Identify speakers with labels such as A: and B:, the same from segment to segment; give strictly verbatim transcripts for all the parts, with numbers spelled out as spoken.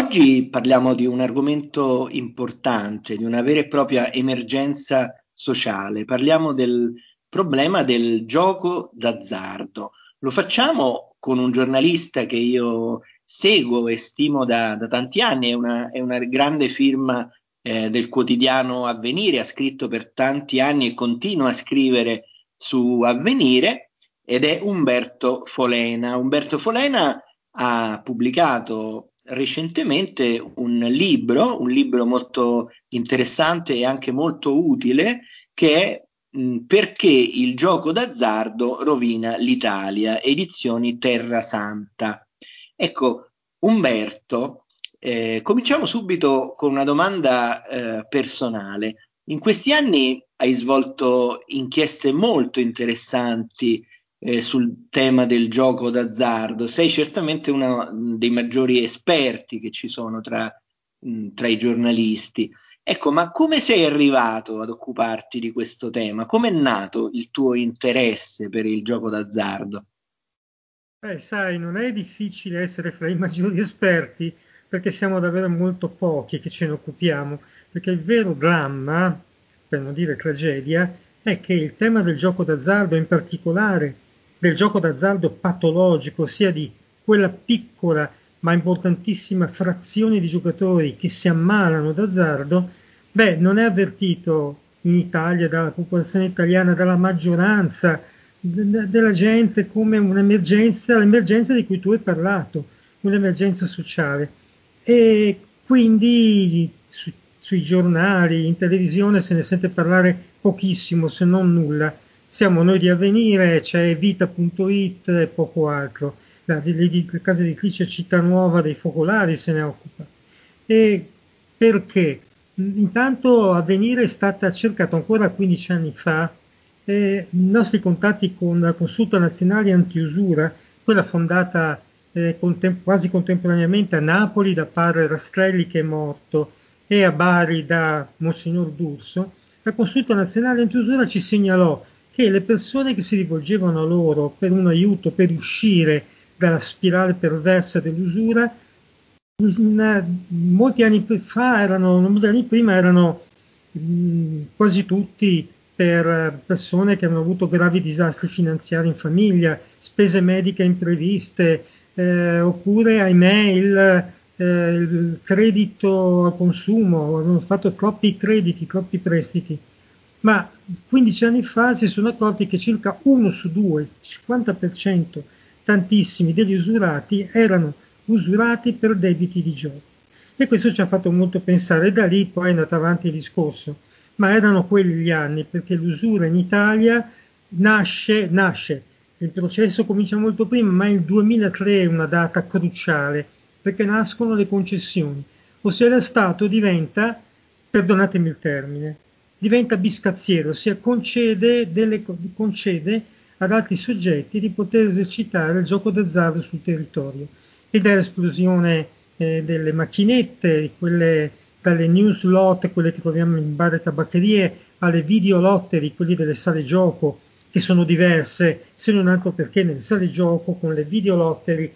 A: Oggi parliamo di un argomento importante, di una vera e propria emergenza sociale. Parliamo del problema del gioco d'azzardo. Lo facciamo con un giornalista che io seguo e stimo da, da tanti anni, è una, è una grande firma eh, del quotidiano Avvenire, ha scritto per tanti anni e continua a scrivere su Avvenire ed è Umberto Folena. Umberto Folena ha pubblicato recentemente un libro, un libro molto interessante e anche molto utile, che è mh, Perché il gioco d'azzardo rovina l'Italia, edizioni Terra Santa. Ecco, Umberto, eh, cominciamo subito con una domanda eh, personale. In questi anni hai svolto inchieste molto interessanti eh, sul tema del gioco d'azzardo. Sei certamente uno dei maggiori esperti che ci sono tra, mh, tra i giornalisti. Ecco, ma come sei arrivato ad occuparti di questo tema? Come è nato il tuo interesse per il gioco d'azzardo?
B: Beh, sai, non è difficile essere fra i maggiori esperti perché siamo davvero molto pochi che ce ne occupiamo, perché il vero dramma, per non dire tragedia, è che il tema del gioco d'azzardo, in particolare del gioco d'azzardo patologico, ossia di quella piccola ma importantissima frazione di giocatori che si ammalano d'azzardo, beh, non è avvertito in Italia dalla popolazione italiana, dalla maggioranza de- della gente come un'emergenza, l'emergenza di cui tu hai parlato, un'emergenza sociale. E quindi su- sui giornali, in televisione se ne sente parlare pochissimo, se non nulla. Siamo noi di Avvenire, c'è vita punto it e poco altro. La, di, di, la casa editrice Città Nuova dei Focolari se ne occupa. E perché? Intanto Avvenire è stata cercata ancora quindici anni fa, e i nostri contatti con la Consulta Nazionale Antiusura, quella fondata eh, contem- quasi contemporaneamente a Napoli da padre Rastrelli che è morto e a Bari da Monsignor D'Urso, la Consulta Nazionale Antiusura ci segnalò che le persone che si rivolgevano a loro per un aiuto per uscire dalla spirale perversa dell'usura in- molti anni fa erano, molti anni prima erano mh, quasi tutti per eh, persone che hanno avuto gravi disastri finanziari in famiglia, spese mediche impreviste, eh, oppure ahimè il, eh, il credito al consumo, hanno fatto troppi crediti, troppi prestiti. Ma quindici anni fa si sono accorti che circa uno su due, il cinquanta per cento, tantissimi degli usurati erano usurati per debiti di gioco. E questo ci ha fatto molto pensare, da lì poi è andato avanti il discorso. Ma erano quelli gli anni, perché l'usura in Italia nasce, nasce, il processo comincia molto prima, ma il duemilatré è una data cruciale, perché nascono le concessioni. Ossia lo Stato diventa, perdonatemi il termine, diventa biscazziero, ossia concede, delle, concede ad altri soggetti di poter esercitare il gioco d'azzardo sul territorio. Ed è l'esplosione eh, delle macchinette, quelle dalle news lot, quelle che troviamo in bar e tabaccherie, alle videolottery, quelli delle sale gioco, che sono diverse, se non altro perché nelle sale gioco con le videolottery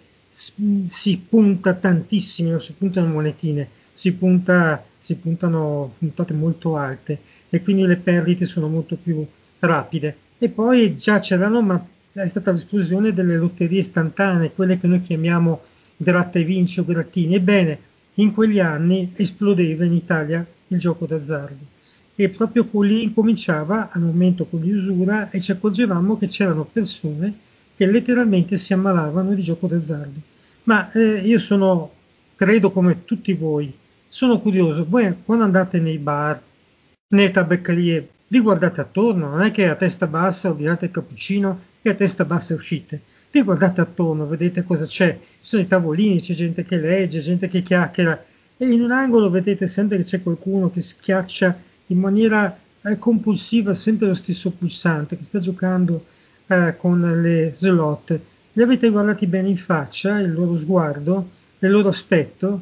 B: si punta tantissimo, non si puntano monetine, si, punta, si puntano puntate molto alte e quindi le perdite sono molto più rapide. E poi già c'erano, ma è stata l'esplosione delle lotterie istantanee, quelle che noi chiamiamo gratta e vinci o grattini. Ebbene, in quegli anni esplodeva in Italia il gioco d'azzardo e proprio lì incominciava al momento con l'usura e ci accorgevamo che c'erano persone che letteralmente si ammalavano di gioco d'azzardo. Ma eh, io sono, credo come tutti voi, sono curioso, voi quando andate nei bar, nelle tabaccherie, vi guardate attorno, non è che a testa bassa ordinate il cappuccino e a testa bassa uscite. Vi guardate attorno, vedete cosa c'è, ci sono i tavolini, c'è gente che legge, gente che chiacchiera e in un angolo vedete sempre che c'è qualcuno che schiaccia in maniera eh, compulsiva sempre lo stesso pulsante, che sta giocando eh, con le slot. Li avete guardati bene in faccia, il loro sguardo, il loro aspetto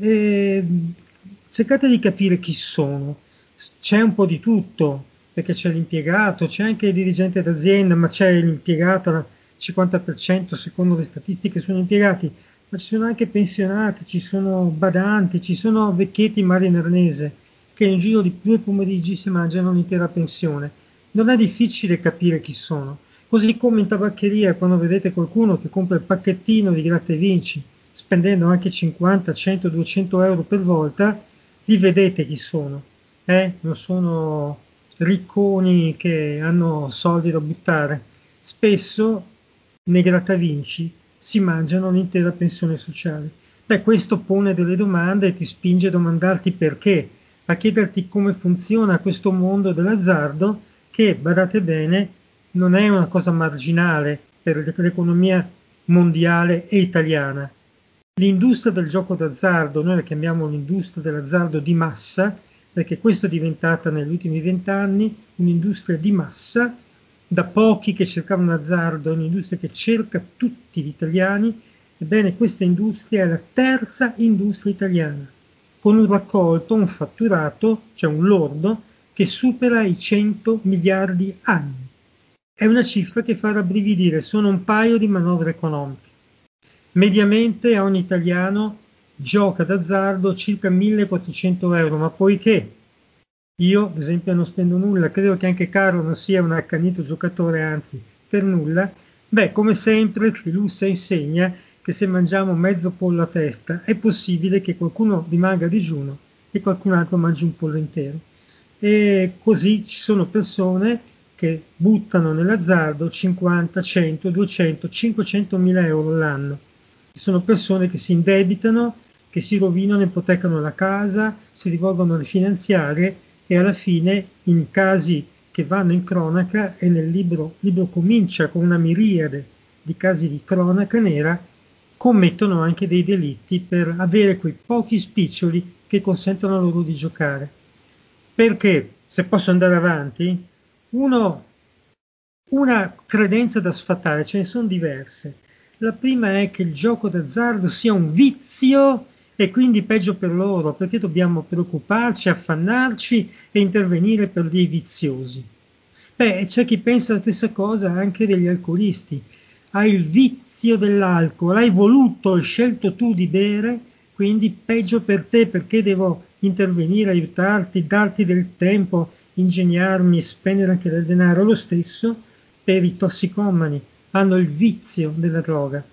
B: e cercate di capire chi sono. C'è un po' di tutto, perché c'è l'impiegato, c'è anche il dirigente d'azienda, ma c'è l'impiegato, il cinquanta per cento secondo le statistiche sono impiegati, ma ci sono anche pensionati, ci sono badanti, ci sono vecchietti in Mario Nernese che in un giro di due pomeriggi si mangiano un'intera pensione. Non è difficile capire chi sono. Così come in tabaccheria, quando vedete qualcuno che compra il pacchettino di gratta e vinci, spendendo anche cinquanta, cento, duecento euro per volta, li vedete chi sono. Eh? Non sono ricconi che hanno soldi da buttare. Spesso nei grattavinci si mangiano l'intera pensione sociale. Beh, questo pone delle domande e ti spinge a domandarti perché, a chiederti come funziona questo mondo dell'azzardo che, badate bene, non è una cosa marginale per l'economia mondiale e italiana. L'industria del gioco d'azzardo, noi la chiamiamo l'industria dell'azzardo di massa, perché questo è diventata negli ultimi vent'anni un'industria di massa, da pochi che cercavano azzardo, è un'industria che cerca tutti gli italiani. Ebbene, questa industria è la terza industria italiana, con un raccolto, un fatturato, cioè un lordo, che supera i cento miliardi annui. È una cifra che fa rabbrividire, sono un paio di manovre economiche. Mediamente ogni italiano gioca d'azzardo circa millequattrocento euro, ma poiché io, ad esempio, non spendo nulla, credo che anche Carlo non sia un accanito giocatore, anzi, per nulla, beh, come sempre, Trilussa insegna che se mangiamo mezzo pollo a testa è possibile che qualcuno rimanga a digiuno e qualcun altro mangi un pollo intero. E così ci sono persone che buttano nell'azzardo cinquanta, cento, duecento, cinquecento mila euro l'anno. Sono persone che si indebitano, che si rovinano, ipotecano la casa, si rivolgono alle finanziarie e alla fine, in casi che vanno in cronaca, e nel libro, libro comincia con una miriade di casi di cronaca nera, commettono anche dei delitti per avere quei pochi spiccioli che consentono loro di giocare. Perché, se posso andare avanti, uno, una credenza da sfatare, ce ne sono diverse. La prima è che il gioco d'azzardo sia un vizio e quindi peggio per loro, perché dobbiamo preoccuparci, affannarci e intervenire per dei viziosi. Beh, c'è chi pensa la stessa cosa anche degli alcolisti. Hai il vizio dell'alcol, hai voluto e scelto tu di bere, quindi peggio per te perché devo intervenire, aiutarti, darti del tempo, ingegnarmi, spendere anche del denaro. Lo stesso per i tossicomani, hanno il vizio della droga.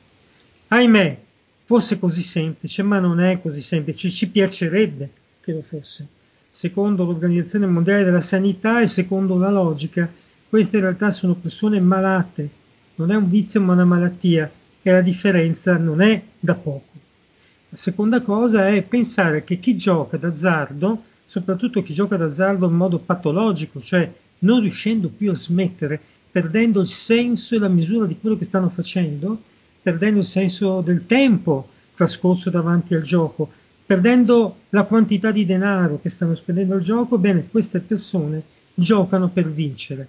B: Ahimè, fosse così semplice, ma non è così semplice, ci piacerebbe che lo fosse. Secondo l'Organizzazione Mondiale della Sanità e secondo la logica, queste in realtà sono persone malate, non è un vizio ma una malattia e la differenza non è da poco. La seconda cosa è pensare che chi gioca d'azzardo, soprattutto chi gioca d'azzardo in modo patologico, cioè non riuscendo più a smettere, perdendo il senso e la misura di quello che stanno facendo, perdendo il senso del tempo trascorso davanti al gioco, perdendo la quantità di denaro che stanno spendendo al gioco, bene, queste persone giocano per vincere.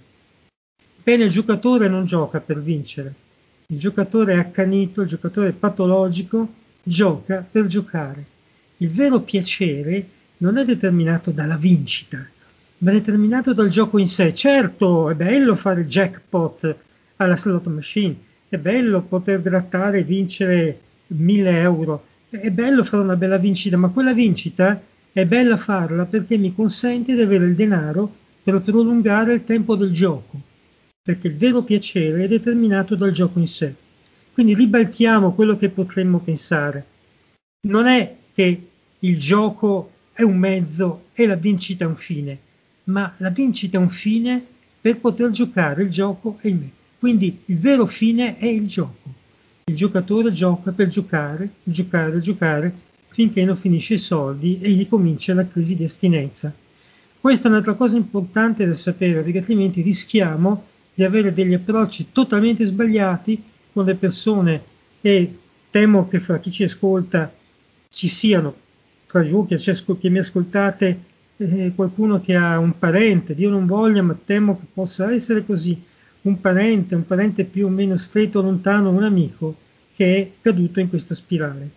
B: Bene, il giocatore non gioca per vincere, il giocatore è accanito, il giocatore è patologico, gioca per giocare. Il vero piacere non è determinato dalla vincita, ma è determinato dal gioco in sé. Certo, è bello fare jackpot alla slot machine, è bello poter grattare e vincere mille euro, è bello fare una bella vincita, ma quella vincita è bella farla perché mi consente di avere il denaro per prolungare il tempo del gioco, perché il vero piacere è determinato dal gioco in sé. Quindi ribaltiamo quello che potremmo pensare. Non è che il gioco è un mezzo e la vincita è un fine, ma la vincita è un fine per poter giocare il gioco e il me. Quindi il vero fine è il gioco. Il giocatore gioca per giocare, giocare, giocare, finché non finisce i soldi e gli comincia la crisi di astinenza. Questa è un'altra cosa importante da sapere, perché altrimenti rischiamo di avere degli approcci totalmente sbagliati con le persone e temo che fra chi ci ascolta ci siano, tra voi che, che mi ascoltate, eh, qualcuno che ha un parente, Dio non voglia, ma temo che possa essere così, un parente, un parente più o meno stretto, lontano, un amico che è caduto in questa spirale.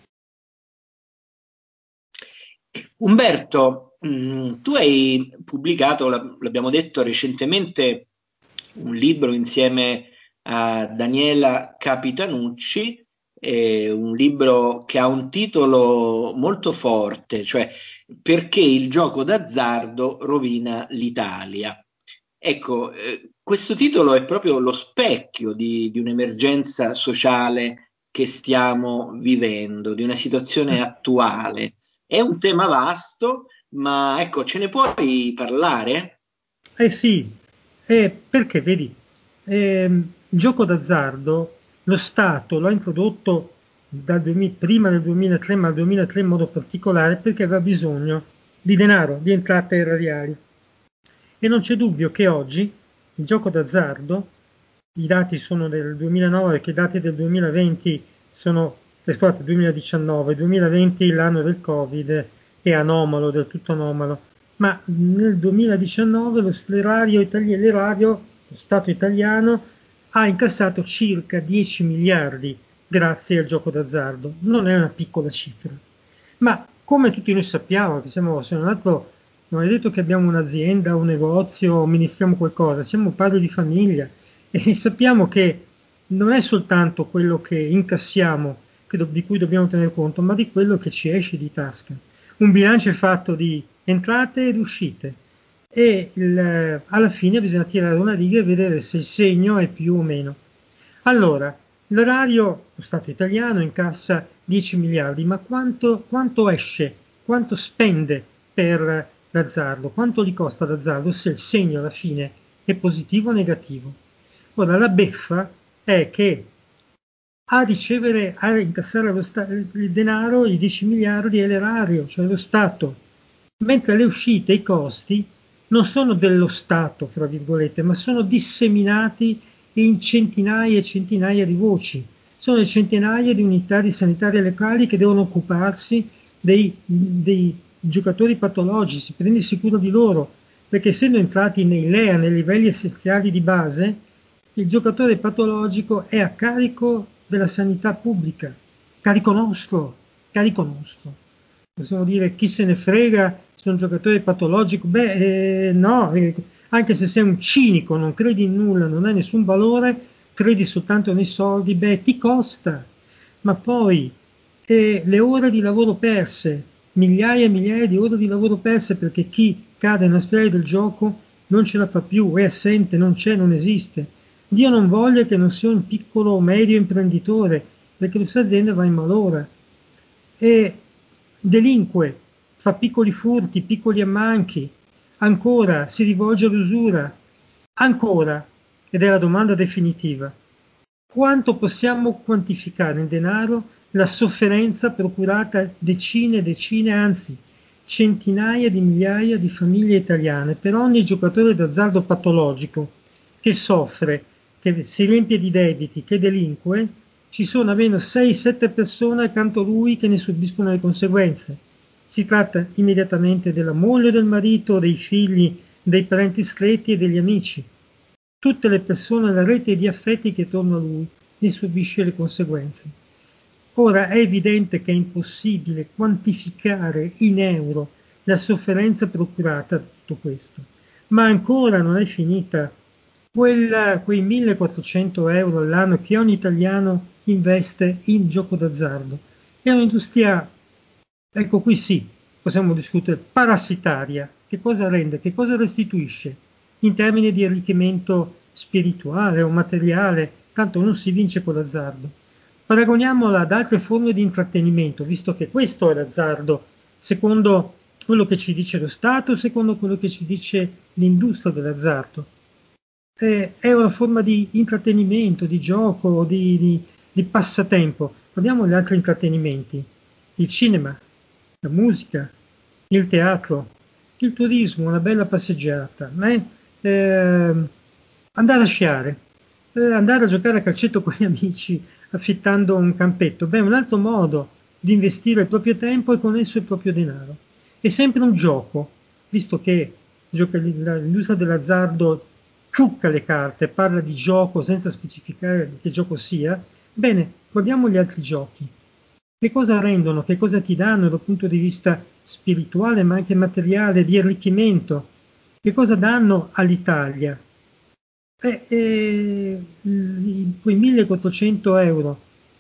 A: Umberto, mh, tu hai pubblicato, l'abbiamo detto recentemente, un libro insieme a Daniela Capitanucci è un libro che ha un titolo molto forte, cioè Perché il gioco d'azzardo rovina l'Italia. Ecco, eh, questo titolo è proprio lo specchio di, di un'emergenza sociale che stiamo vivendo, di una situazione attuale. È un tema vasto, ma ecco, ce ne puoi parlare?
B: Eh sì, eh, perché vedi, ehm, il gioco d'azzardo lo Stato lo ha introdotto dal duemila prima del duemilatré, ma al duemilatré in modo particolare perché aveva bisogno di denaro, di entrate erariali. E non c'è dubbio che oggi il gioco d'azzardo, i dati sono del duemilanove, perché i dati del duemilaventi sono, eh, scusate, duemiladiciannove, duemilaventi l'anno del Covid è anomalo, del tutto anomalo, ma nel duemiladiciannove lo l'erario, itali- l'erario, lo Stato italiano, ha incassato circa dieci miliardi grazie al gioco d'azzardo. Non è una piccola cifra. Ma come tutti noi sappiamo, che siamo, se non altro, non è detto che abbiamo un'azienda, un negozio, amministriamo qualcosa, siamo padri di famiglia e sappiamo che non è soltanto quello che incassiamo che do- di cui dobbiamo tener conto, ma di quello che ci esce di tasca. Un bilancio è fatto di entrate ed uscite e il- alla fine bisogna tirare una riga e vedere se il segno è più o meno. Allora, l'erario, lo Stato italiano incassa dieci miliardi, ma quanto, quanto esce, quanto spende per l'azzardo, quanto gli costa l'azzardo se il segno alla fine è positivo o negativo? Ora, la beffa è che a ricevere, a incassare lo sta- il denaro, i dieci miliardi è l'erario, cioè lo Stato, mentre le uscite, i costi, non sono dello Stato, fra virgolette, ma sono disseminati in centinaia e centinaia di voci. Sono le centinaia di unità di sanitarie locali che devono occuparsi dei, dei giocatori patologici, prendersi cura di loro, perché essendo entrati nei L E A, nei livelli essenziali di base, il giocatore patologico è a carico della sanità pubblica, carico nostro, carico nostro. Possiamo dire chi se ne frega se un giocatore patologico? Beh, eh, no, eh, anche se sei un cinico, non credi in nulla, non hai nessun valore, credi soltanto nei soldi, beh, ti costa. Ma poi eh, le ore di lavoro perse, migliaia e migliaia di ore di lavoro perse perché chi cade nella spirale del gioco non ce la fa più, è assente, non c'è, non esiste. Dio non voglia che non sia un piccolo o medio imprenditore, perché questa azienda va in malora e delinque, fa piccoli furti, piccoli ammanchi, ancora si rivolge all'usura, ancora, ed è la domanda definitiva, quanto possiamo quantificare in denaro la sofferenza procurata a decine e decine, anzi centinaia di migliaia di famiglie italiane per ogni giocatore d'azzardo patologico che soffre, che si riempie di debiti, che delinque, ci sono almeno sei sette persone accanto a lui che ne subiscono le conseguenze. Si tratta immediatamente della moglie, del marito, dei figli, dei parenti stretti e degli amici. Tutte le persone, la rete di affetti che attorno a lui ne subisce le conseguenze. Ora è evidente che è impossibile quantificare in euro la sofferenza procurata da tutto questo, ma ancora non è finita quella, quei millequattrocento euro all'anno che ogni italiano investe in gioco d'azzardo. È un'industria, ecco qui sì, possiamo discutere, parassitaria. Che cosa rende, che cosa restituisce in termini di arricchimento spirituale o materiale, tanto non si vince con l'azzardo. Paragoniamola ad altre forme di intrattenimento, visto che questo è l'azzardo, secondo quello che ci dice lo Stato, secondo quello che ci dice l'industria dell'azzardo. È, è una forma di intrattenimento, di gioco, di, di, di passatempo. Abbiamo gli altri intrattenimenti, il cinema, la musica, il teatro, il turismo, una bella passeggiata, eh? Eh, andare a sciare, eh, andare a giocare a calcetto con gli amici affittando un campetto. Beh, è un altro modo di investire il proprio tempo e con esso il proprio denaro. È sempre un gioco, visto che l'industria dell'azzardo trucca le carte, parla di gioco senza specificare che gioco sia. Bene, guardiamo gli altri giochi. Che cosa rendono, che cosa ti danno dal punto di vista spirituale ma anche materiale, di arricchimento? Che cosa danno all'Italia? Eh, eh, quei millequattrocento euro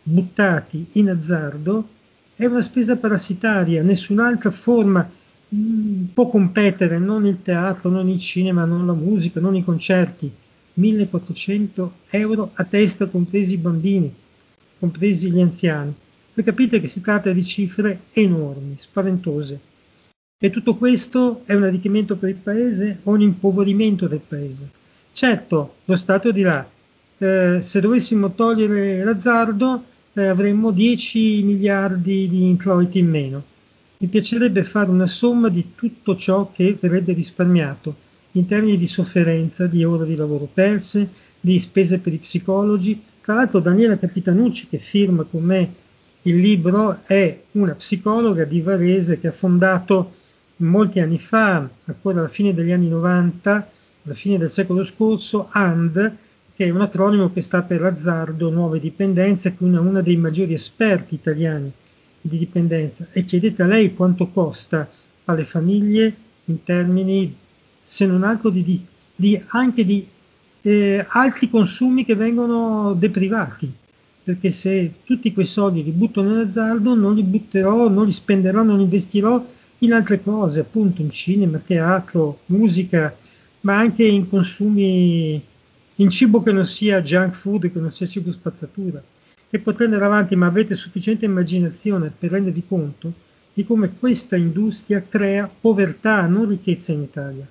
B: buttati in azzardo è una spesa parassitaria, nessun'altra forma mh, può competere, non il teatro, non il cinema, non la musica, non i concerti. millequattrocento euro a testa, compresi i bambini, compresi gli anziani. Voi capite che si tratta di cifre enormi, spaventose. E tutto questo è un arricchimento per il Paese o un impoverimento del Paese? Certo, lo Stato dirà, eh, se dovessimo togliere l'azzardo eh, avremmo dieci miliardi di introiti in meno. Mi piacerebbe fare una somma di tutto ciò che verrebbe risparmiato in termini di sofferenza, di ore di lavoro perse, di spese per i psicologi. Tra l'altro Daniela Capitanucci, che firma con me il libro, è una psicologa di Varese che ha fondato molti anni fa, ancora alla fine degli anni novanta, alla fine del secolo scorso, A N D, che è un acronimo che sta per Azzardo, Nuove Dipendenze, quindi è una dei maggiori esperti italiani di dipendenza. E chiedete a lei quanto costa alle famiglie in termini, se non altro, di, di, di anche di eh, altri consumi che vengono deprivati. Perché se tutti quei soldi li butto nell'azzardo, non li butterò, non li spenderò, non investirò in altre cose, appunto in cinema, teatro, musica, ma anche in consumi, in cibo che non sia junk food, che non sia cibo spazzatura. E potrei andare avanti, ma avete sufficiente immaginazione per rendervi conto di come questa industria crea povertà, non ricchezza in Italia.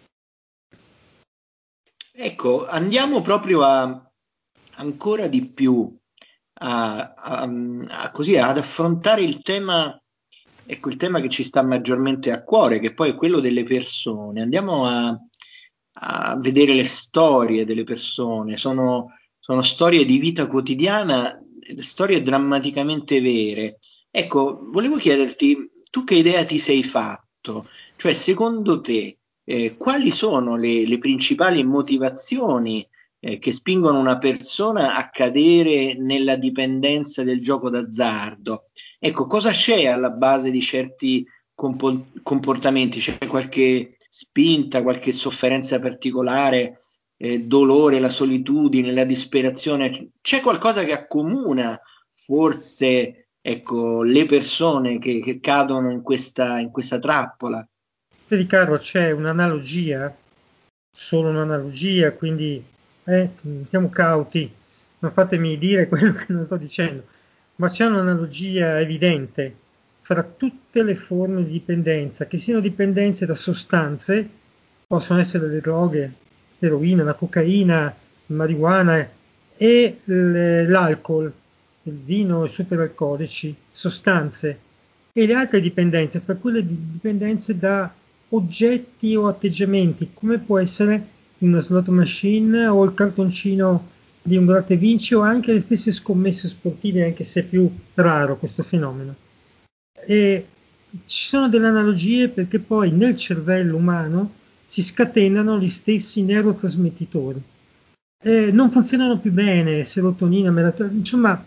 A: Ecco, andiamo proprio a ancora di più a, a- a così, ad affrontare il tema, ecco, il tema che ci sta maggiormente a cuore, che poi è quello delle persone. Andiamo a, a vedere le storie delle persone. Sono, sono storie di vita quotidiana, storie drammaticamente vere. Ecco, volevo chiederti, tu che idea ti sei fatto? Cioè, secondo te, eh, quali sono le, le principali motivazioni eh, che spingono una persona a cadere nella dipendenza del gioco d'azzardo? Ecco, cosa c'è alla base di certi compo- comportamenti? C'è qualche spinta, qualche sofferenza particolare, eh, dolore, la solitudine, la disperazione? C'è qualcosa che accomuna forse, ecco, le persone che, che cadono in questa, in questa trappola?
B: Vedi Carlo, c'è un'analogia, solo un'analogia, quindi eh, siamo cauti, non fatemi dire quello che non sto dicendo, ma c'è un'analogia evidente fra tutte le forme di dipendenza, che siano dipendenze da sostanze, possono essere le droghe, l'eroina, la cocaina, la marijuana e l- l'alcol, il vino, i superalcolici, sostanze, e le altre dipendenze, fra cui le dipendenze da oggetti o atteggiamenti, come può essere una slot machine o il cartoncino di un gratta e vinci o anche le stesse scommesse sportive, anche se è più raro questo fenomeno. E ci sono delle analogie perché poi nel cervello umano si scatenano gli stessi neurotrasmettitori. Eh, non funzionano più bene, serotonina, melatonina, insomma,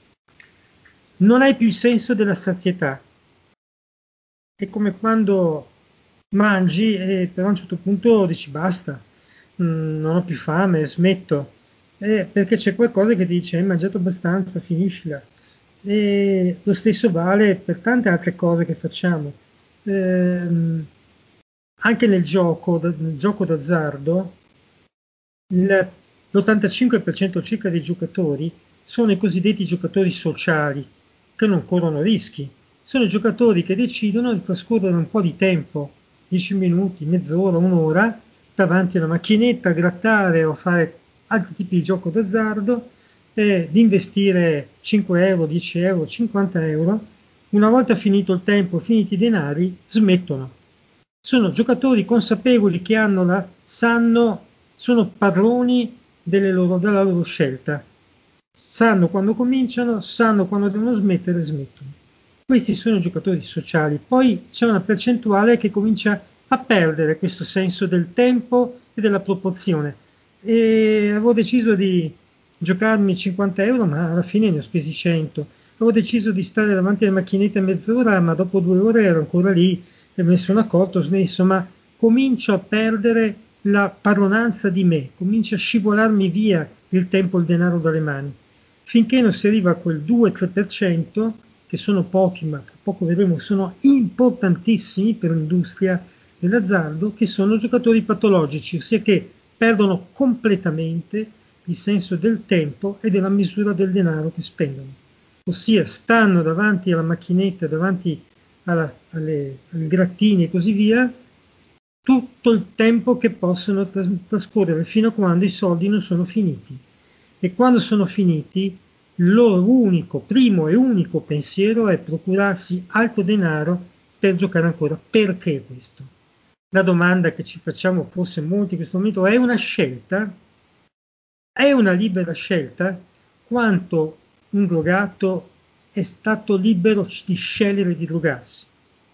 B: non hai più il senso della sazietà. È come quando mangi e però a un certo punto dici basta, mm, non ho più fame, smetto. Eh, perché c'è qualcosa che ti dice hai mangiato abbastanza, finiscila. E lo stesso vale per tante altre cose che facciamo. Ehm, Anche nel gioco, nel gioco d'azzardo, il- l'ottantacinque per cento circa dei giocatori sono i cosiddetti giocatori sociali, che non corrono rischi. Sono i giocatori che decidono di trascorrere un po' di tempo, dieci minuti, mezz'ora, un'ora, davanti alla macchinetta, a grattare o fare altri tipi di gioco d'azzardo, e di investire cinque euro, dieci euro, cinquanta euro. Una volta finito il tempo, finiti i denari, smettono. Sono giocatori consapevoli che hanno la, sanno, sono padroni delle loro, della loro scelta. Sanno quando cominciano, sanno quando devono smettere e smettono. Questi sono i giocatori sociali. Poi c'è una percentuale che comincia a perdere questo senso del tempo e della proporzione. E avevo deciso di giocarmi cinquanta euro, ma alla fine ne ho spesi cento. Avevo deciso di stare davanti alle macchinette mezz'ora, ma dopo due ore ero ancora lì e me ne sono accorto, ho smesso, ma comincio a perdere la padronanza di me, comincia a scivolarmi via il tempo e il denaro dalle mani. finché non si arriva a quel due tre per cento, che sono pochi, ma tra poco vedremo sono importantissimi per l'industria dell'azzardo, che sono giocatori patologici, ossia che perdono completamente il senso del tempo e della misura del denaro che spendono. Ossia stanno davanti alla macchinetta, davanti alla, alle, alle grattine e così via, tutto il tempo che possono tras- trascorrere fino a quando i soldi non sono finiti. E quando sono finiti, il loro unico, primo e unico pensiero è procurarsi altro denaro per giocare ancora. Perché questo? La domanda che ci facciamo forse molti in questo momento è una scelta? È una libera scelta? Quanto un drogato è stato libero di scegliere di drogarsi?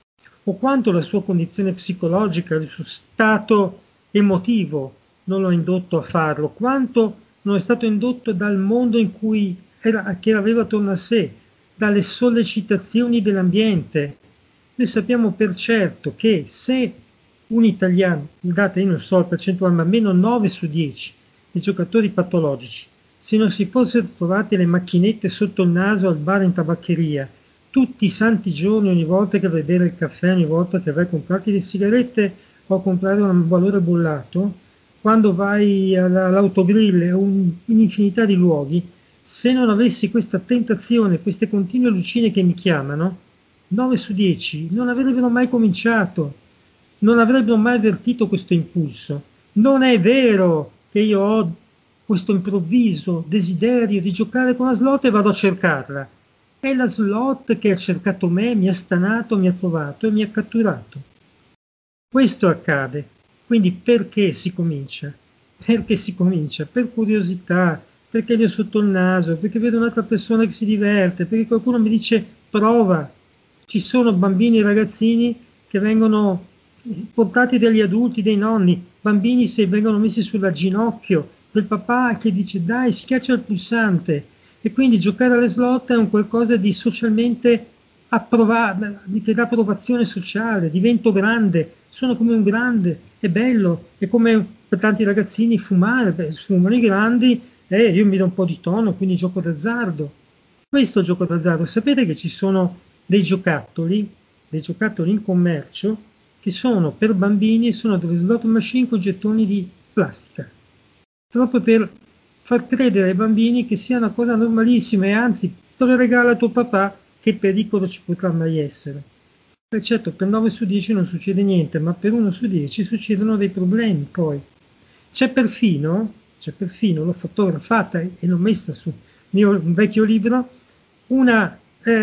B: O quanto la sua condizione psicologica, il suo stato emotivo non lo ha indotto a farlo? Quanto non è stato indotto dal mondo in cui era, che aveva attorno a sé, dalle sollecitazioni dell'ambiente? Noi sappiamo per certo che se un italiano, date io non so il percentuale, ma almeno nove su dieci di giocatori patologici, se non si fossero trovate le macchinette sotto il naso al bar in tabaccheria, tutti i santi giorni, ogni volta che vai a bere il caffè, ogni volta che vai a comprarti le sigarette o a comprare un valore bollato, quando vai alla- all'autogrill o un- in infinità di luoghi, se non avessi questa tentazione, queste continue lucine che mi chiamano, nove su dieci non avrebbero mai cominciato, non avrebbero mai avvertito questo impulso. Non è vero che io ho questo improvviso desiderio di giocare con la slot e vado a cercarla. È la slot che ha cercato me, mi ha stanato, mi ha trovato e mi ha catturato. Questo accade. Quindi perché si comincia? Perché si comincia? Per curiosità, perché gli ho sotto il naso, perché vedo un'altra persona che si diverte, perché qualcuno mi dice prova. Ci sono bambini e ragazzini che vengono portati dagli adulti, dei nonni, bambini se vengono messi sulla ginocchio del papà che dice dai schiaccia il pulsante e quindi giocare alle slot è un qualcosa di socialmente approvato, che dà approvazione sociale, divento grande, sono come un grande, è bello, è come per tanti ragazzini fumare, beh, fumano i grandi e io mi do un po' di tono, quindi gioco d'azzardo. Questo gioco d'azzardo, sapete che ci sono dei giocattoli, dei giocattoli in commercio che sono per bambini e sono delle slot machine con gettoni di plastica, proprio per far credere ai bambini che sia una cosa normalissima e anzi te lo regala tuo papà, che pericolo ci potrà mai essere. E certo, per nove su dieci non succede niente, ma per uno su dieci succedono dei problemi poi. C'è perfino, c'è perfino, l'ho fotografata e l'ho messa su mio, un vecchio libro, una,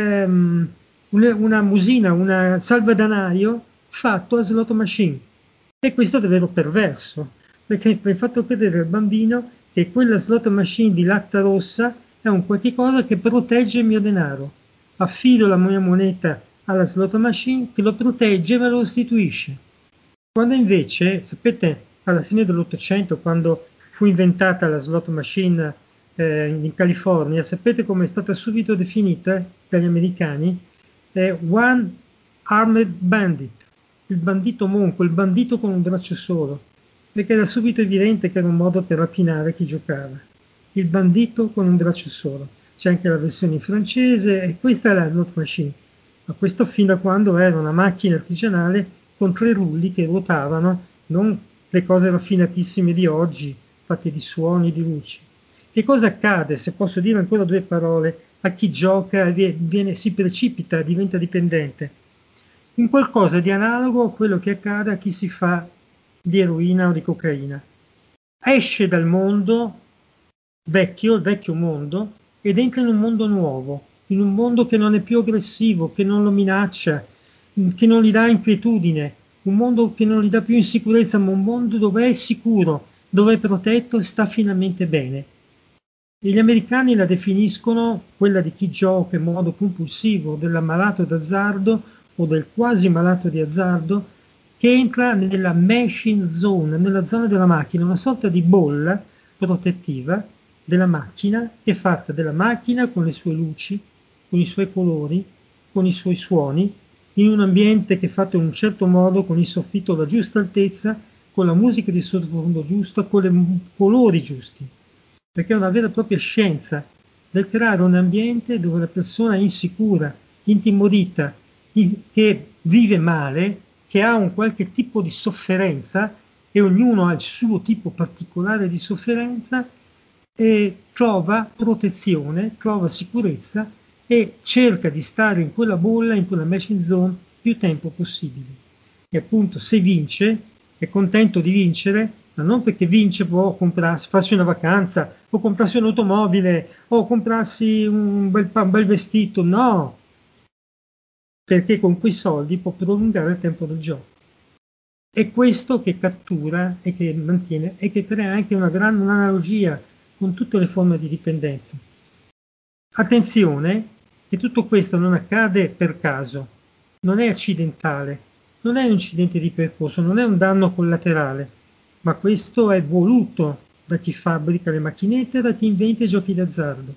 B: ehm, una, una musina, un salvadanaio fatto a slot machine. E questo è davvero perverso, perché hai fatto credere al bambino che quella slot machine di latta rossa è un qualche cosa che protegge il mio denaro. Affido la mia moneta alla slot machine che lo protegge e me lo restituisce. Quando invece, sapete, alla fine dell'Ottocento, quando fu inventata la slot machine eh, in California, sapete come è stata subito definita dagli americani? È One Armed Bandit, il bandito monco, il bandito con un braccio solo, perché era subito evidente che era un modo per rapinare chi giocava. Il bandito con un braccio solo. C'è anche la versione in francese e questa è la slot machine. Ma questo fin da quando era una macchina artigianale con tre rulli che ruotavano, non le cose raffinatissime di oggi, fatte di suoni, di luci. Che cosa accade, se posso dire ancora due parole, a chi gioca e viene, si precipita, diventa dipendente? Un qualcosa di analogo a quello che accade a chi si fa di eroina o di cocaina. Esce dal mondo vecchio, il vecchio mondo, ed entra in un mondo nuovo, in un mondo che non è più aggressivo, che non lo minaccia, che non gli dà inquietudine, un mondo che non gli dà più insicurezza, ma un mondo dove è sicuro, dove è protetto e sta finalmente bene. E gli americani la definiscono, quella di chi gioca in modo compulsivo, dell'ammalato d'azzardo o del quasi malato di azzardo, che entra nella machine zone, nella zona della macchina, una sorta di bolla protettiva della macchina, che è fatta della macchina con le sue luci, con i suoi colori, con i suoi suoni, in un ambiente che è fatto in un certo modo, con il soffitto alla giusta altezza, con la musica di sottofondo giusta, con i colori giusti, perché è una vera e propria scienza per creare un ambiente dove la persona è insicura, intimorita, che vive male, che ha un qualche tipo di sofferenza, e ognuno ha il suo tipo particolare di sofferenza, e trova protezione, trova sicurezza e cerca di stare in quella bolla, in quella meshing zone, più tempo possibile. E appunto, se vince, è contento di vincere, ma non perché vince può comprarsi, farsi una vacanza, o comprarsi un'automobile, o comprarsi un bel, un bel vestito, no, perché con quei soldi può prolungare il tempo del gioco. È questo che cattura e che mantiene e che crea anche una grande un'analogia con tutte le forme di dipendenza. Attenzione che tutto questo non accade per caso, non è accidentale, non è un incidente di percorso, non è un danno collaterale, ma questo è voluto da chi fabbrica le macchinette, da chi inventa i giochi d'azzardo.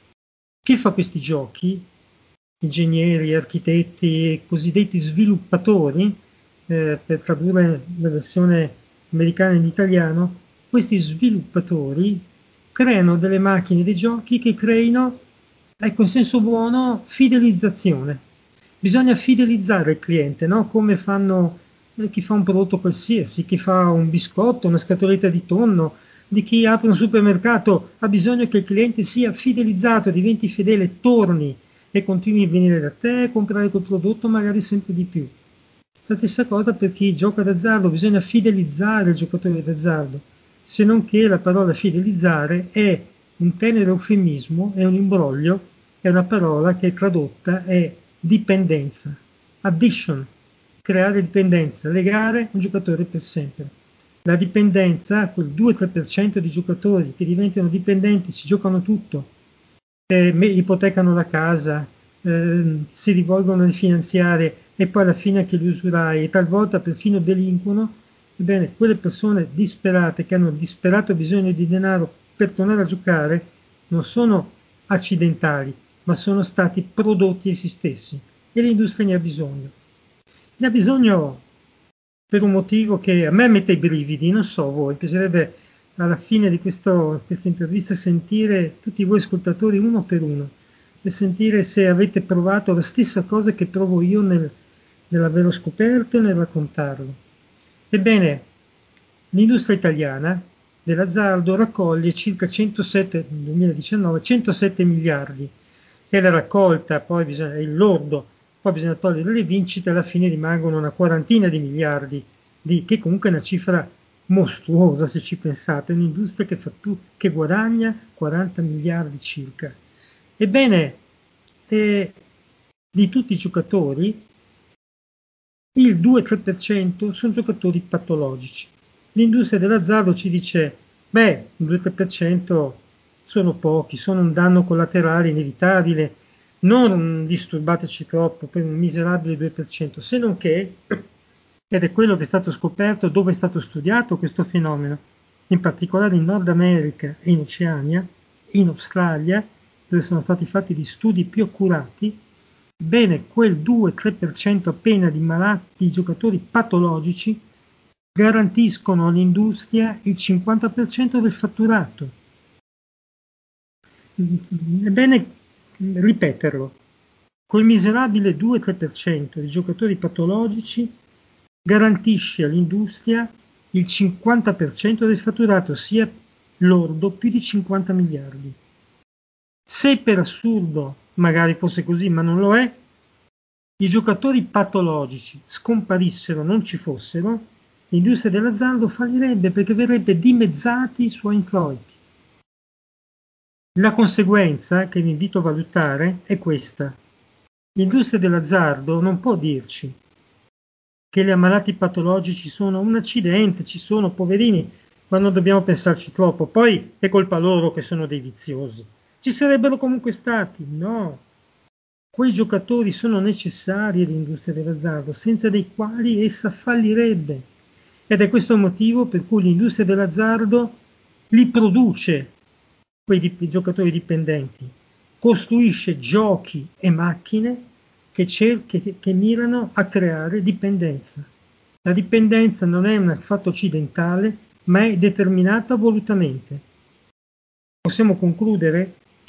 B: Chi fa questi giochi, ingegneri, architetti, cosiddetti sviluppatori, eh, per tradurre la versione americana in italiano, questi sviluppatori creano delle macchine, dei giochi che creino, ecco, in senso buono, fidelizzazione. Bisogna fidelizzare il cliente, no? Come fanno eh, chi fa un prodotto qualsiasi, chi fa un biscotto, una scatoletta di tonno, di chi apre un supermercato, ha bisogno che il cliente sia fidelizzato, diventi fedele, torni e continui a venire da te e comprare quel prodotto magari sempre di più. La stessa cosa per chi gioca d'azzardo, bisogna fidelizzare il giocatore d'azzardo, se non che la parola fidelizzare è un tenero eufemismo, è un imbroglio, è una parola che tradotta è dipendenza, addiction, creare dipendenza, legare un giocatore per sempre. La dipendenza, quel due tre per cento di giocatori che diventano dipendenti, si giocano tutto, eh, ipotecano la casa, eh, si rivolgono alle finanziarie e poi alla fine anche gli usurai e talvolta perfino delinquono, ebbene quelle persone disperate che hanno disperato bisogno di denaro per tornare a giocare non sono accidentali, ma sono stati prodotti essi stessi e l'industria ne ha bisogno. Ne ha bisogno per un motivo che a me mette i brividi, non so voi, piacerebbe alla fine di questo, questa intervista sentire tutti voi ascoltatori uno per uno e sentire se avete provato la stessa cosa che provo io nel, nell'averlo scoperto e nel raccontarlo. Ebbene, l'industria italiana dell'azzardo raccoglie circa centosette, nel duemiladiciannove, centosette miliardi, che è la raccolta, poi bisogna, è il lordo, poi bisogna togliere le vincite, alla fine rimangono una quarantina di miliardi, di, che comunque è una cifra mostruosa se ci pensate, è un'industria che, fa tu, che guadagna quaranta miliardi circa. Ebbene, eh, di tutti i giocatori, il due tre per cento sono giocatori patologici. L'industria dell'azzardo ci dice, beh, il due tre per cento sono pochi, sono un danno collaterale inevitabile, non disturbateci troppo per un miserabile due per cento, se non che, ed è quello che è stato scoperto, dove è stato studiato questo fenomeno, in particolare in Nord America e in Oceania, in Australia, dove sono stati fatti gli studi più accurati. Bene, quel due tre per cento appena di malati, di giocatori patologici, garantiscono all'industria il cinquanta per cento del fatturato. È bene ripeterlo. Col miserabile due tre per cento di giocatori patologici garantisce all'industria il cinquanta per cento del fatturato, sia lordo più di cinquanta miliardi. Se per assurdo magari fosse così, ma non lo è, i giocatori patologici scomparissero, non ci fossero, l'industria dell'azzardo fallirebbe perché verrebbe dimezzati i suoi introiti. La conseguenza che vi invito a valutare è questa. L'industria dell'azzardo non può dirci che gli ammalati patologici sono un accidente, ci sono poverini, ma non dobbiamo pensarci troppo, poi è colpa loro che sono dei viziosi. Ci sarebbero comunque stati, no. Quei giocatori sono necessari all'industria dell'azzardo, senza dei quali essa fallirebbe. Ed è questo il motivo per cui l'industria dell'azzardo li produce, quei dip- giocatori dipendenti, costruisce giochi e macchine che, cer- che, che mirano a creare dipendenza. La dipendenza non è un fatto occidentale, ma è determinata volutamente. Possiamo concludere che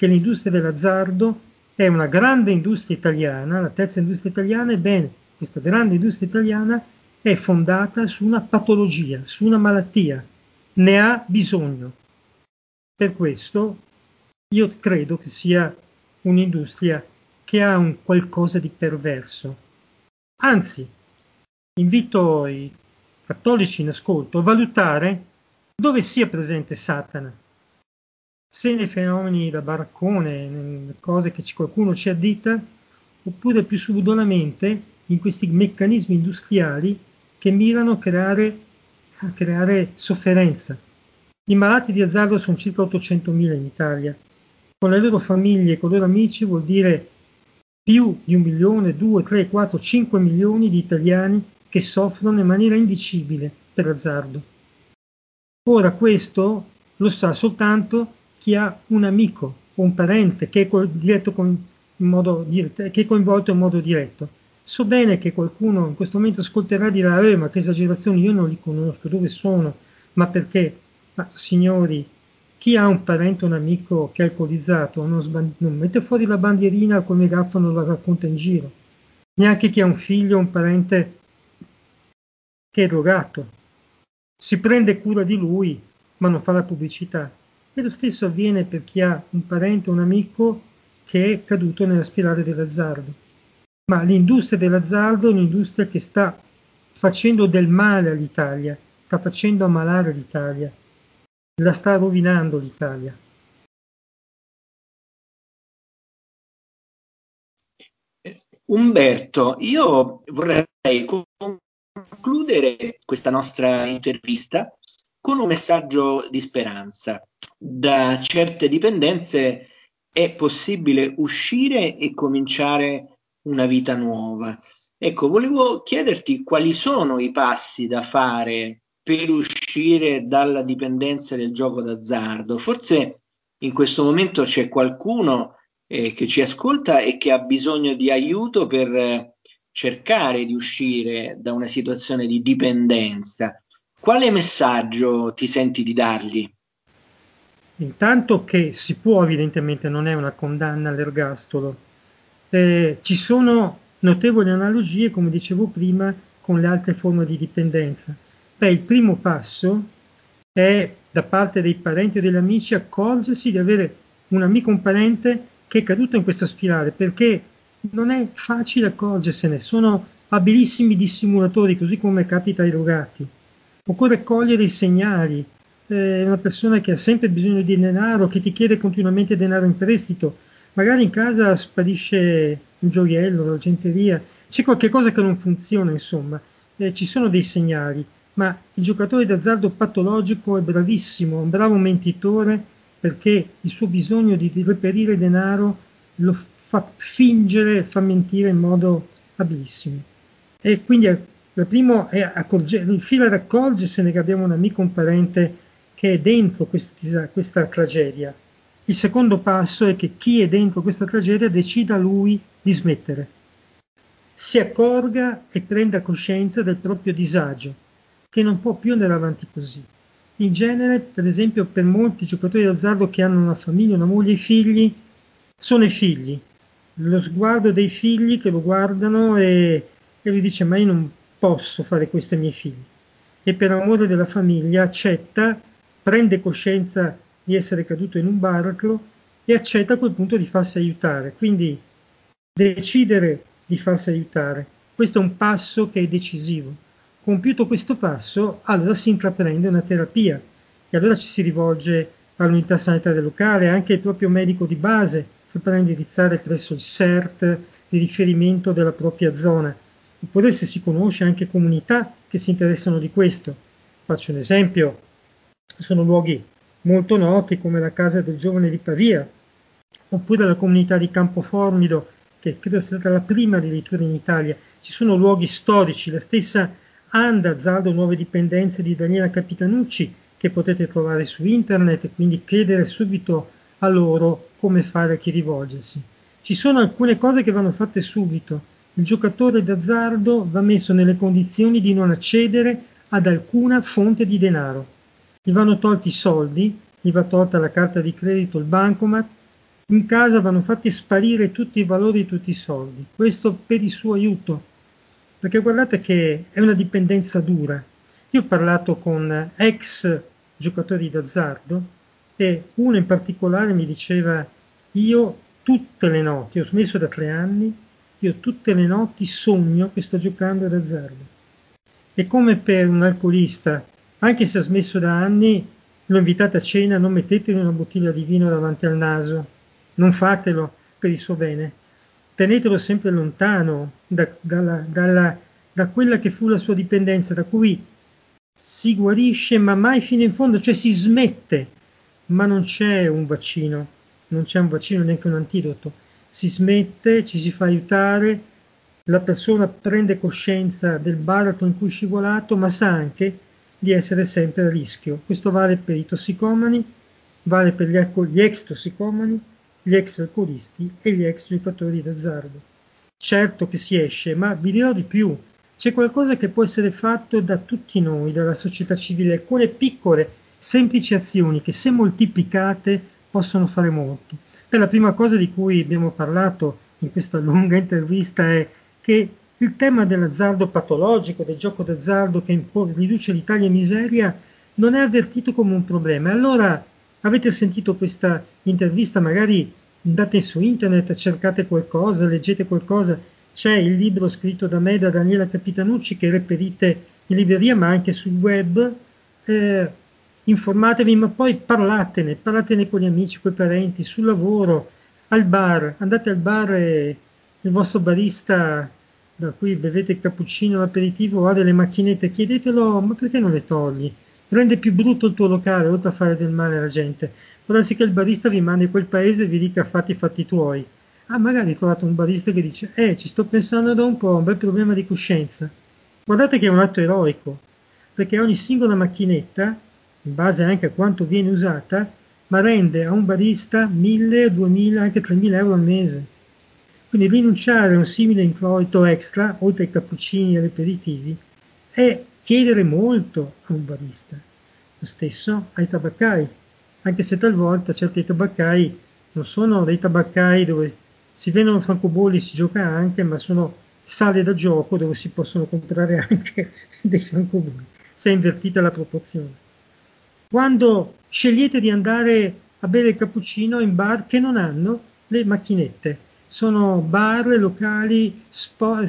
B: che l'industria dell'azzardo è una grande industria italiana, la terza industria italiana. Ebbene, questa grande industria italiana è fondata su una patologia, su una malattia, ne ha bisogno. Per questo io credo che sia un'industria che ha un qualcosa di perverso. Anzi, invito i cattolici in ascolto a valutare dove sia presente Satana. Se nei fenomeni da baraccone, nelle cose che qualcuno ci addita, oppure più subdolamente in questi meccanismi industriali che mirano a creare, a creare sofferenza. I malati di azzardo sono circa ottocentomila in Italia. Con le loro famiglie e con i loro amici vuol dire più di un milione, due, tre, quattro, cinque milioni di italiani che soffrono in maniera indicibile per azzardo. Ora questo lo sa soltanto chi ha un amico o un parente che è, diretto con, in modo diretto, che è coinvolto in modo diretto. So bene che qualcuno in questo momento ascolterà e dirà eh, ma che esagerazioni, io non li conosco, dove sono, ma perché? Ma signori, chi ha un parente o un amico che è alcolizzato non, sban- non mette fuori la bandierina col megafono e la racconta in giro, neanche chi ha un figlio o un parente che è drogato. Si prende cura di lui, ma non fa la pubblicità. E lo stesso avviene per chi ha un parente o un amico che è caduto nella spirale dell'azzardo. Ma l'industria dell'azzardo è un'industria che sta facendo del male all'Italia, sta facendo ammalare l'Italia, la sta rovinando l'Italia.
A: Umberto, io vorrei concludere questa nostra intervista con un messaggio di speranza. Da certe dipendenze è possibile uscire e cominciare una vita nuova. Ecco, volevo chiederti quali sono i passi da fare per uscire dalla dipendenza del gioco d'azzardo. Forse in questo momento c'è qualcuno eh, che ci ascolta e che ha bisogno di aiuto per eh, cercare di uscire da una situazione di dipendenza. Quale messaggio ti senti di dargli?
B: Intanto che si può, evidentemente non è una condanna all'ergastolo. Eh, ci sono notevoli analogie, come dicevo prima, con le altre forme di dipendenza. Beh, il primo passo è da parte dei parenti e degli amici accorgersi di avere un amico, un parente che è caduto in questa spirale, perché non è facile accorgersene, sono abilissimi dissimulatori, così come capita ai drogati. Occorre cogliere i segnali. È una persona che ha sempre bisogno di denaro, che ti chiede continuamente denaro in prestito, magari in casa sparisce un gioiello, l'argenteria, c'è qualche cosa che non funziona, insomma. Eh, ci sono dei segnali, ma il giocatore d'azzardo patologico è bravissimo, un bravo mentitore, perché il suo bisogno di, di reperire denaro lo fa fingere, fa mentire in modo abilissimo. E quindi il primo è accorge- riuscire ad accorgersene che abbiamo un amico, un parente che è dentro questa, questa tragedia. Il secondo passo è che chi è dentro questa tragedia decida lui di smettere, si accorga e prenda coscienza del proprio disagio, che non può più andare avanti così. In genere, per esempio, per molti giocatori d'azzardo che hanno una famiglia, una moglie e figli, sono i figli. Lo sguardo dei figli che lo guardano e, e lui dice ma io non posso fare questo ai miei figli. E per amore della famiglia accetta, prende coscienza di essere caduto in un baratro e accetta a quel punto di farsi aiutare. Quindi decidere di farsi aiutare, questo è un passo che è decisivo. Compiuto questo passo, allora si intraprende una terapia e allora ci si rivolge all'unità sanitaria locale, anche il proprio medico di base saprà indirizzare presso il S E R T di riferimento della propria zona. Oppure se si conosce anche comunità che si interessano di questo. Faccio un esempio, sono luoghi molto noti come la Casa del Giovane di Pavia, oppure la comunità di Campoformido, che credo sia stata la prima addirittura in Italia. Ci sono luoghi storici, la stessa Anda, Azzardo Nuove Dipendenze di Daniela Capitanucci, che potete trovare su internet e quindi chiedere subito a loro come fare, a chi rivolgersi. Ci sono alcune cose che vanno fatte subito. Il giocatore d'azzardo va messo nelle condizioni di non accedere ad alcuna fonte di denaro. Gli vanno tolti i soldi, gli va tolta la carta di credito, il bancomat, In casa vanno fatti sparire tutti i valori, tutti i soldi. Questo per il suo aiuto, perché guardate che è una dipendenza dura. Io ho parlato con ex giocatori d'azzardo e uno in particolare mi diceva: io tutte le notti, ho smesso da tre anni, io tutte le notti sogno che sto giocando d'azzardo. È come per un alcolista, anche se ha smesso da anni, lo invitate a cena, non mettetemi una bottiglia di vino davanti al naso, non fatelo per il suo bene, tenetelo sempre lontano da, dalla, dalla, da quella che fu la sua dipendenza, da cui si guarisce ma mai fino in fondo, cioè si smette, ma non c'è un vaccino, non c'è un vaccino neanche un antidoto, si smette, ci si fa aiutare, la persona prende coscienza del baratro in cui è scivolato, ma sa anche di essere sempre a rischio. Questo vale per i tossicomani, vale per gli, alcol- gli ex tossicomani, gli ex alcolisti e gli ex giocatori d'azzardo. Certo che si esce, ma vi dirò di più, c'è qualcosa che può essere fatto da tutti noi, dalla società civile, alcune piccole, semplici azioni che se moltiplicate possono fare molto. E la prima cosa di cui abbiamo parlato in questa lunga intervista è che il tema dell'azzardo patologico, del gioco d'azzardo che riduce l'Italia in miseria, non è avvertito come un problema. Allora avete sentito questa intervista, magari andate su internet, cercate qualcosa, leggete qualcosa, c'è il libro scritto da me, da Daniela Capitanucci, che reperite in libreria ma anche sul web, eh, informatevi, ma poi parlatene, parlatene con gli amici, con i parenti, sul lavoro, al bar, andate al bar e il vostro barista da cui bevete il cappuccino, l'aperitivo, ha delle macchinette, chiedetelo, ma perché non le togli? Rende più brutto il tuo locale, oltre a fare del male alla gente. Può darsi che il barista vi mandi in quel paese e vi dica fatti i fatti tuoi. Ah, magari trovate un barista che dice, eh, ci sto pensando da un po', ho un bel problema di coscienza. Guardate che è un atto eroico, perché ogni singola macchinetta, in base anche a quanto viene usata, ma rende a un barista mille, duemila, anche tremila euro al mese. Quindi rinunciare a un simile introito extra, oltre ai cappuccini e agli aperitivi, è chiedere molto a un barista. Lo stesso ai tabaccai, anche se talvolta certi tabaccai non sono dei tabaccai dove si vendono francobolli, si gioca anche, ma sono sale da gioco dove si possono comprare anche dei francobolli, se è invertita la proporzione. Quando scegliete di andare a bere il cappuccino in bar che non hanno le macchinette, sono bar, locali, spo-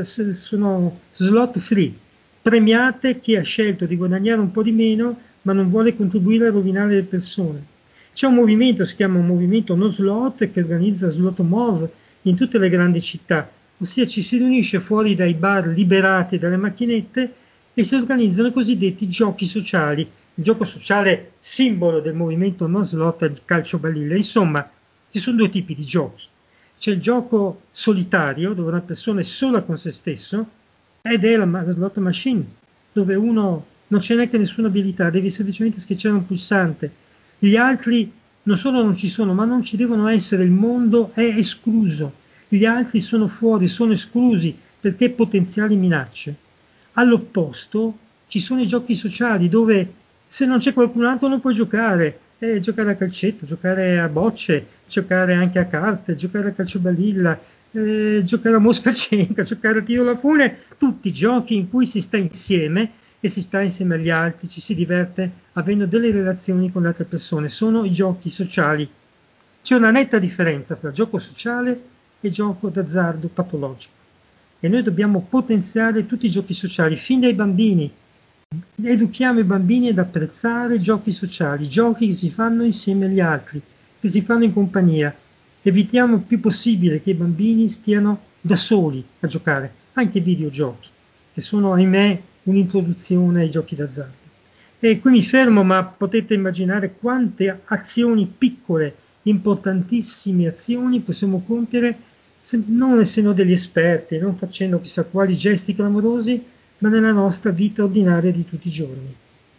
B: sono slot free, premiate chi ha scelto di guadagnare un po' di meno ma non vuole contribuire a rovinare le persone. C'è un movimento, si chiama un movimento no slot, che organizza Slotomov in tutte le grandi città, ossia ci si riunisce fuori dai bar liberati dalle macchinette e si organizzano i cosiddetti giochi sociali, il gioco sociale simbolo del movimento non slot è il calcio balilla. Insomma, ci sono due tipi di giochi. C'è il gioco solitario, dove una persona è sola con se stesso, ed è la, la slot machine, dove uno non c'è neanche nessuna abilità, devi semplicemente schiacciare un pulsante. Gli altri non solo non ci sono, ma non ci devono essere, il mondo è escluso. Gli altri sono fuori, sono esclusi perché potenziali minacce. All'opposto ci sono i giochi sociali dove se non c'è qualcun altro non puoi giocare, eh, giocare a calcetto, giocare a bocce, giocare anche a carte, giocare a calciobalilla, eh, giocare a mosca cenca, giocare a tiro alla fune, tutti giochi in cui si sta insieme e si sta insieme agli altri, ci si diverte avendo delle relazioni con le altre persone, sono i giochi sociali. C'è una netta differenza tra gioco sociale e gioco d'azzardo patologico e noi dobbiamo potenziare tutti i giochi sociali fin dai bambini. Educhiamo i bambini ad apprezzare i giochi sociali, giochi che si fanno insieme agli altri, che si fanno in compagnia. Evitiamo il più possibile che i bambini stiano da soli a giocare, anche ai videogiochi, che sono, ahimè, un'introduzione ai giochi d'azzardo. E qui mi fermo, ma potete immaginare quante azioni piccole, importantissime azioni possiamo compiere, se- non essendo degli esperti, non facendo chissà quali gesti clamorosi, ma nella nostra vita ordinaria di tutti i giorni.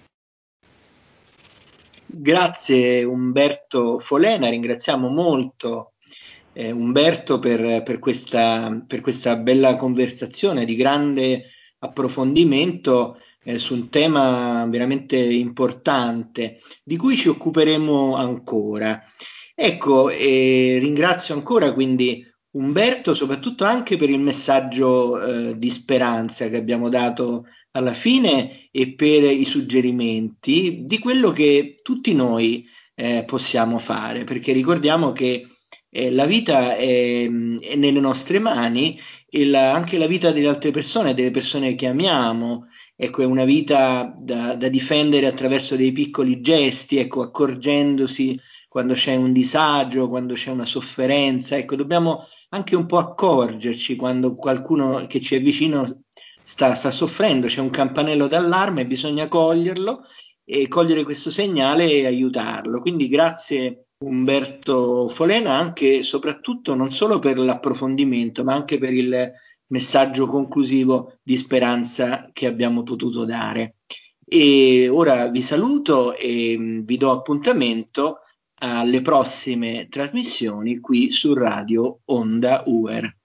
A: Grazie Umberto Folena, ringraziamo molto eh, Umberto per, per questa, per questa bella conversazione di grande approfondimento eh, su un tema veramente importante di cui ci occuperemo ancora. Ecco, e ringrazio ancora quindi Umberto, soprattutto anche per il messaggio eh, di speranza che abbiamo dato alla fine e per i suggerimenti di quello che tutti noi eh, possiamo fare, perché ricordiamo che eh, la vita è, è nelle nostre mani e la- anche la vita delle altre persone, delle persone che amiamo, ecco, è una vita da, da difendere attraverso dei piccoli gesti, ecco, accorgendosi quando c'è un disagio, quando c'è una sofferenza, ecco, dobbiamo anche un po' accorgerci quando qualcuno che ci è vicino sta, sta soffrendo, c'è un campanello d'allarme, bisogna coglierlo e cogliere questo segnale e aiutarlo. Quindi grazie Umberto Folena anche e soprattutto non solo per l'approfondimento, ma anche per il messaggio conclusivo di speranza che abbiamo potuto dare. E ora vi saluto e mh, vi do appuntamento alle prossime trasmissioni qui su Radio Onda U E R.